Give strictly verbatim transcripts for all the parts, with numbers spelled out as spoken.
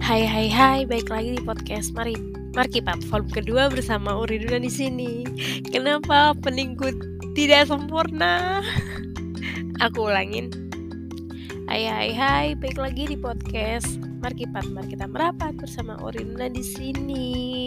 Hai hai hai, baik lagi di podcast Mari Marki platform kedua bersama Uriduna di sini. Kenapa peningku tidak sempurna? Aku ulangin. Hai hai hai, baik lagi di podcast Marki Pat. Mari kita merapat bersama Uriduna di sini.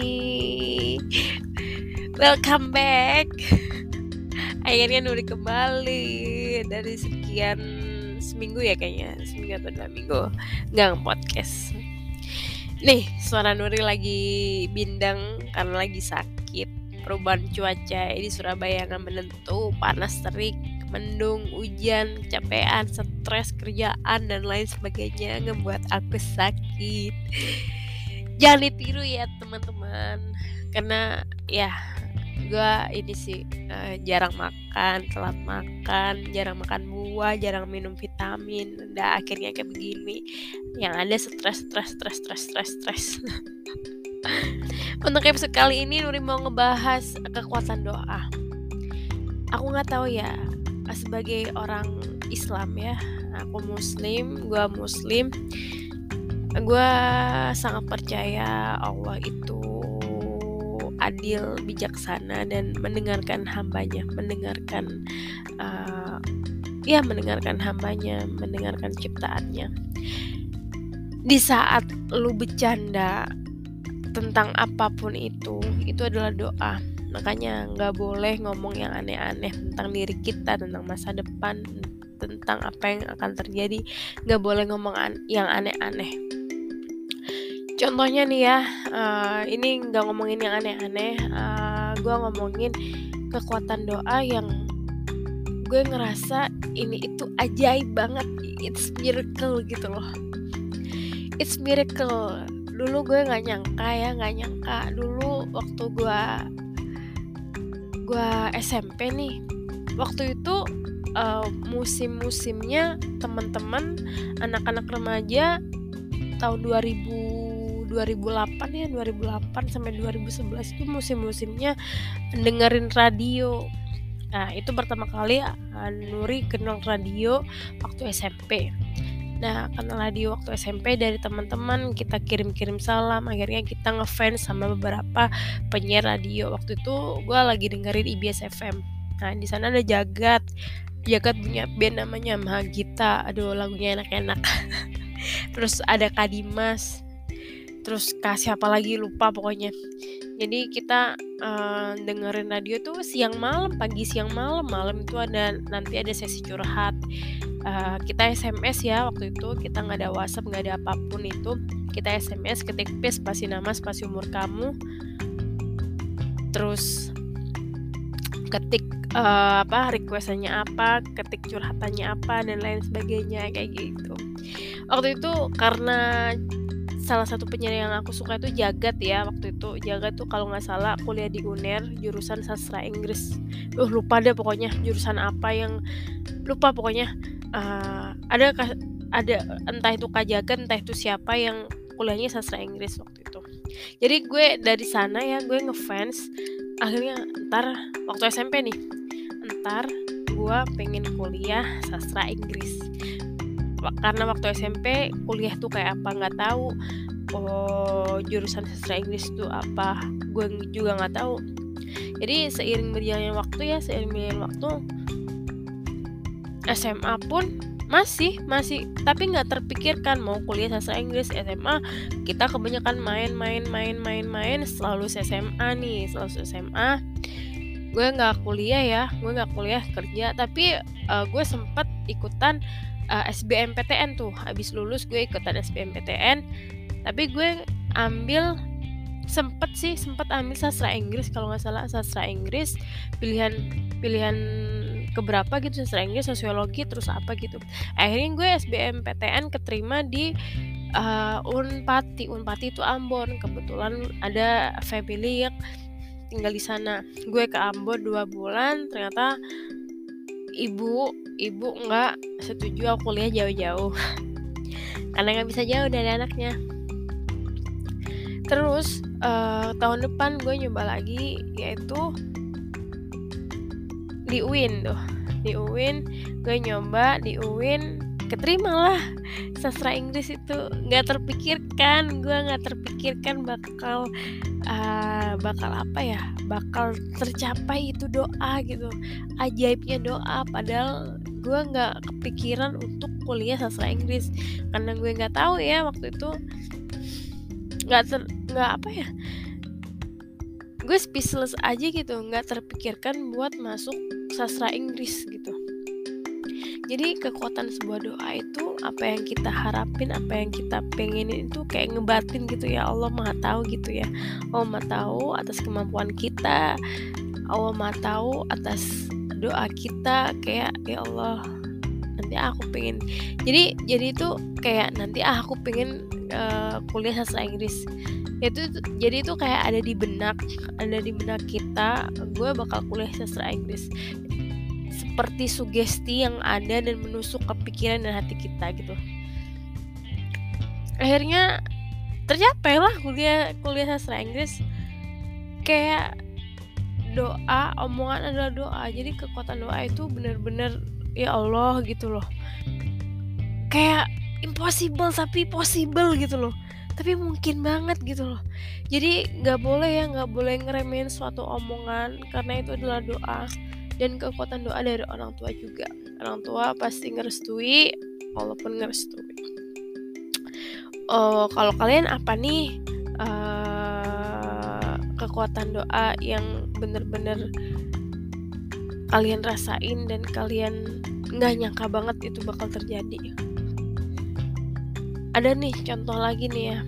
Welcome back. Akhirnya Nuri kembali dari sekian seminggu ya kayaknya, seminggu atau dua minggu nggak nge-podcast. Nih, suara Nuri lagi bindang karena lagi sakit. Perubahan cuaca di Surabaya nggak menentu, panas terik, mendung, hujan, kecapean, stres, kerjaan, dan lain sebagainya ngebuat aku sakit. Jangan ditiru ya teman-teman, karena ya gue ini sih uh, jarang makan, telat makan, jarang makan buah, jarang minum vitamin. Udah akhirnya kayak begini. Yang ada stres, stres, stres, stres, stres, stres. Untuk episode kali ini Nuri mau ngebahas kekuatan doa. Aku nggak tahu ya, sebagai orang Islam ya, aku Muslim, gue Muslim, gue sangat percaya Allah itu adil, bijaksana, dan mendengarkan hambanya, mendengarkan uh, ya mendengarkan hambanya, mendengarkan ciptaannya. Di saat lu bercanda tentang apapun itu, itu adalah doa. Makanya nggak boleh ngomong yang aneh-aneh tentang diri kita, tentang masa depan, tentang apa yang akan terjadi. Nggak boleh ngomong an- yang aneh-aneh. Contohnya nih ya, uh, ini nggak ngomongin yang aneh-aneh, uh, gue ngomongin kekuatan doa yang gue ngerasa ini itu ajaib banget, it's miracle gitu loh, it's miracle. Dulu gue nggak nyangka ya, nggak nyangka dulu waktu gue gue S M P nih, waktu itu uh, musim-musimnya teman-teman anak-anak remaja tahun dua ribu dua ribu delapan ya, dua ribu delapan sampai dua ribu sebelas itu musim-musimnya dengerin radio. Nah, itu pertama kali uh, Nuri kenal radio waktu S M P. Nah, kenal radio waktu S M P dari teman-teman, kita kirim-kirim salam, akhirnya kita ngefans sama beberapa penyiar radio. Waktu itu gue lagi dengerin I B S F M. Nah, di sana ada Jagat. Jagat punya band namanya Mahagita. Aduh, lagunya enak-enak. Terus ada Kak Dimas. Terus kasih apa lagi lupa pokoknya. Jadi kita uh, dengerin radio tuh siang malam, pagi siang malam, malam itu ada nanti ada sesi curhat. Uh, kita S M S ya waktu itu, kita nggak ada WhatsApp, nggak ada apapun itu. Kita S M S, ketik P, spasi nama, spasi umur kamu. Terus ketik uh, apa requestannya apa, ketik curhatannya apa, dan lain sebagainya kayak gitu. Waktu itu karena salah satu penyanyi yang aku suka itu Jagat ya, waktu itu Jagat tuh kalau nggak salah kuliah di U N E R jurusan sastra Inggris. Uh lupa deh pokoknya jurusan apa yang lupa pokoknya. Uh, ada ada entah itu Kak Jagat, entah itu siapa yang kuliahnya sastra Inggris waktu itu. Jadi gue dari sana ya gue ngefans. Akhirnya ntar waktu S M P nih, ntar gue pengen kuliah sastra Inggris. Karena waktu S M P kuliah tuh kayak apa nggak tahu, oh jurusan sastra Inggris tuh apa gue juga nggak tahu. Jadi seiring berjalannya waktu ya seiring berjalannya waktu S M A pun masih masih tapi nggak terpikirkan mau kuliah sastra Inggris. S M A kita kebanyakan main-main main-main main selalu S M A nih selalu S M A. Gue nggak kuliah ya, gue nggak kuliah kerja, tapi uh, gue sempat ikutan Uh, S B M P T N tuh. Habis lulus gue ikutan S B M P T N, tapi gue ambil sempet sih sempet ambil sastra Inggris kalau nggak salah, sastra Inggris pilihan pilihan keberapa gitu, sastra Inggris, sosiologi, terus apa gitu. Akhirnya gue S B M P T N keterima di uh, Unpati. Unpati itu Ambon. Kebetulan ada family yang tinggal di sana. Gue ke Ambon dua bulan, ternyata ibu ibu nggak setuju aku kuliah jauh-jauh karena nggak bisa jauh dari anaknya. Terus uh, tahun depan gue nyoba lagi, yaitu di U I N tuh di U I N gue nyoba di U I N keterima lah sastra Inggris itu. Nggak terpikirkan, gue nggak terpikirkan bakal uh, bakal apa ya, bakal tercapai itu doa gitu, ajaibnya doa. Padahal gue nggak kepikiran untuk kuliah sastra Inggris karena gue nggak tahu ya waktu itu, nggak ter nggak apa ya, gue speechless aja gitu, nggak terpikirkan buat masuk sastra Inggris gitu. Jadi kekuatan sebuah doa itu apa yang kita harapin, apa yang kita pengenin itu kayak ngebatin gitu ya. Allah Maha tahu gitu ya. Allah Maha tahu atas kemampuan kita. Allah Maha tahu atas doa kita, kayak ya Allah nanti aku pengen. Jadi jadi itu kayak nanti ah, aku pengen uh, kuliah sastra Inggris. Itu jadi itu kayak ada di benak, ada di benak kita, gue bakal kuliah sastra Inggris. Seperti sugesti yang ada dan menusuk ke pikiran dan hati kita gitu. Akhirnya tercapai lah kuliah kuliah sastra Inggris. Kayak doa, omongan adalah doa. Jadi kekuatan doa itu benar-benar ya Allah gitu loh. Kayak impossible tapi possible gitu loh. Tapi mungkin banget gitu loh. Jadi gak boleh ya, gak boleh ngeremehin suatu omongan, karena itu adalah doa. Dan kekuatan doa dari orang tua juga. Orang tua pasti ngerestui, walaupun ngerestui. Oh, kalau kalian apa nih uh, kekuatan doa yang bener-bener kalian rasain dan kalian gak nyangka banget itu bakal terjadi? Ada nih contoh lagi nih ya.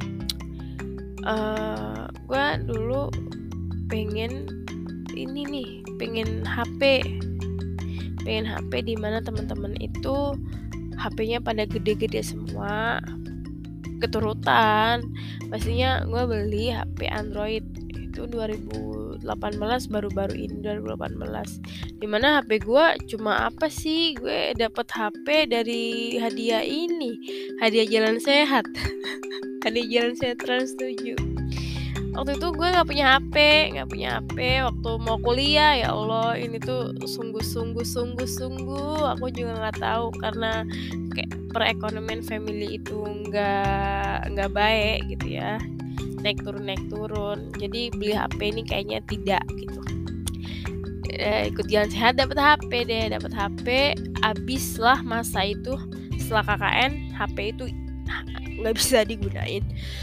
Uh, gue dulu pengen ini nih, pengen H P, pengen H P di mana teman-teman itu H P-nya pada gede-gede semua, keturutan. Pastinya gue beli H P Android itu dua ribu delapan belas, baru-baru ini dua ribu delapan belas. Dimana H P gue cuma apa sih? Gue dapet H P dari hadiah ini, hadiah jalan sehat, hadiah jalan sehat Trans tujuh. Waktu itu gue nggak punya H P, nggak punya H P waktu mau kuliah. Ya Allah, ini tuh sungguh-sungguh, sungguh-sungguh aku juga nggak tahu, karena kayak perekonomian family itu nggak nggak baik gitu ya, naik turun naik turun. Jadi beli H P ini kayaknya tidak gitu. E, ikut jalan sehat dapat H P deh, dapat H P. Abis lah masa itu, setelah K K N H P itu nggak bisa digunain.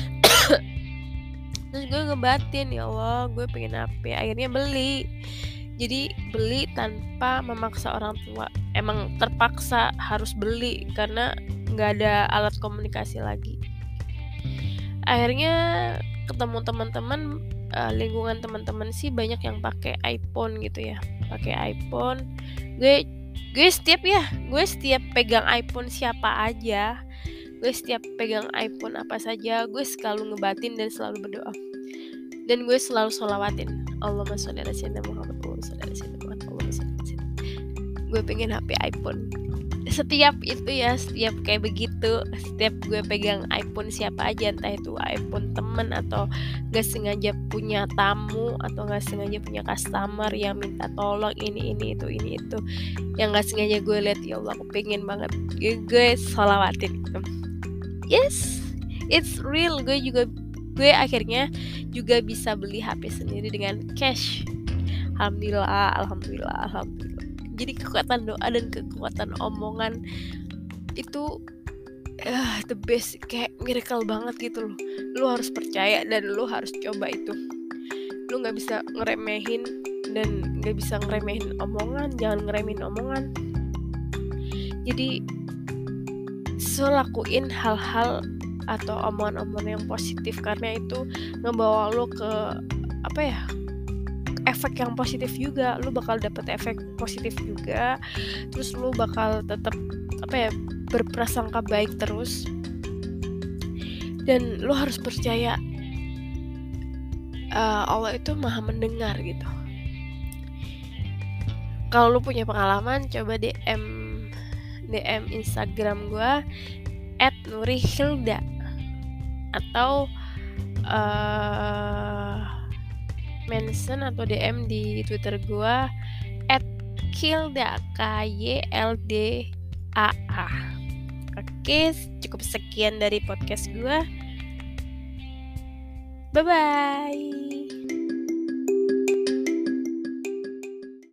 Terus gue ngebatin, ya Allah gue pengen H P. Akhirnya beli. Jadi beli tanpa memaksa orang tua. Emang terpaksa harus beli karena gak ada alat komunikasi lagi. Akhirnya ketemu teman-teman, uh, lingkungan teman-teman sih banyak yang pakai iPhone gitu ya, pakai iPhone. Gue gue setiap ya, gue setiap pegang iPhone siapa aja, gue setiap pegang iPhone apa saja, gue selalu ngebatin dan selalu berdoa. Dan gue selalu sholawatin, Allahumma sholli ala sayyidina Muhammad, Allahumma sholli ala sayyidina Muhammad, Allahumma sholli ala sayyidina Muhammad. Gue pengen H P iPhone. Setiap itu ya, setiap kayak begitu, setiap gue pegang iPhone siapa aja, entah itu iPhone temen atau gak sengaja punya tamu atau gak sengaja punya customer yang minta tolong ini ini itu ini itu, yang gak sengaja gue lihat, ya Allah aku pengen banget, gue, gue sholawatin gitu. Yes, it's real. Gue juga gue akhirnya juga bisa beli H P sendiri dengan cash. Alhamdulillah, alhamdulillah, alhamdulillah. Jadi kekuatan doa dan kekuatan omongan itu uh, the best, kayak miracle banget gitu loh. Lu harus percaya dan lu harus coba itu. Lu nggak bisa ngeremehin dan nggak bisa ngeremehin omongan, jangan ngeremehin omongan. Jadi selakuin hal-hal atau omongan-omongan yang positif, karena itu ngebawa lo ke apa ya, efek yang positif juga. Lo bakal dapet efek positif juga, terus lo bakal tetap apa ya, berprasangka baik terus. Dan lo harus percaya uh, Allah itu maha mendengar gitu. Kalau lo punya pengalaman, coba D M D M Instagram gue at nurihilda, atau uh, mention atau D M di Twitter gue at kilda, K Y L D A A. Oke, cukup sekian dari podcast gue. Bye-bye.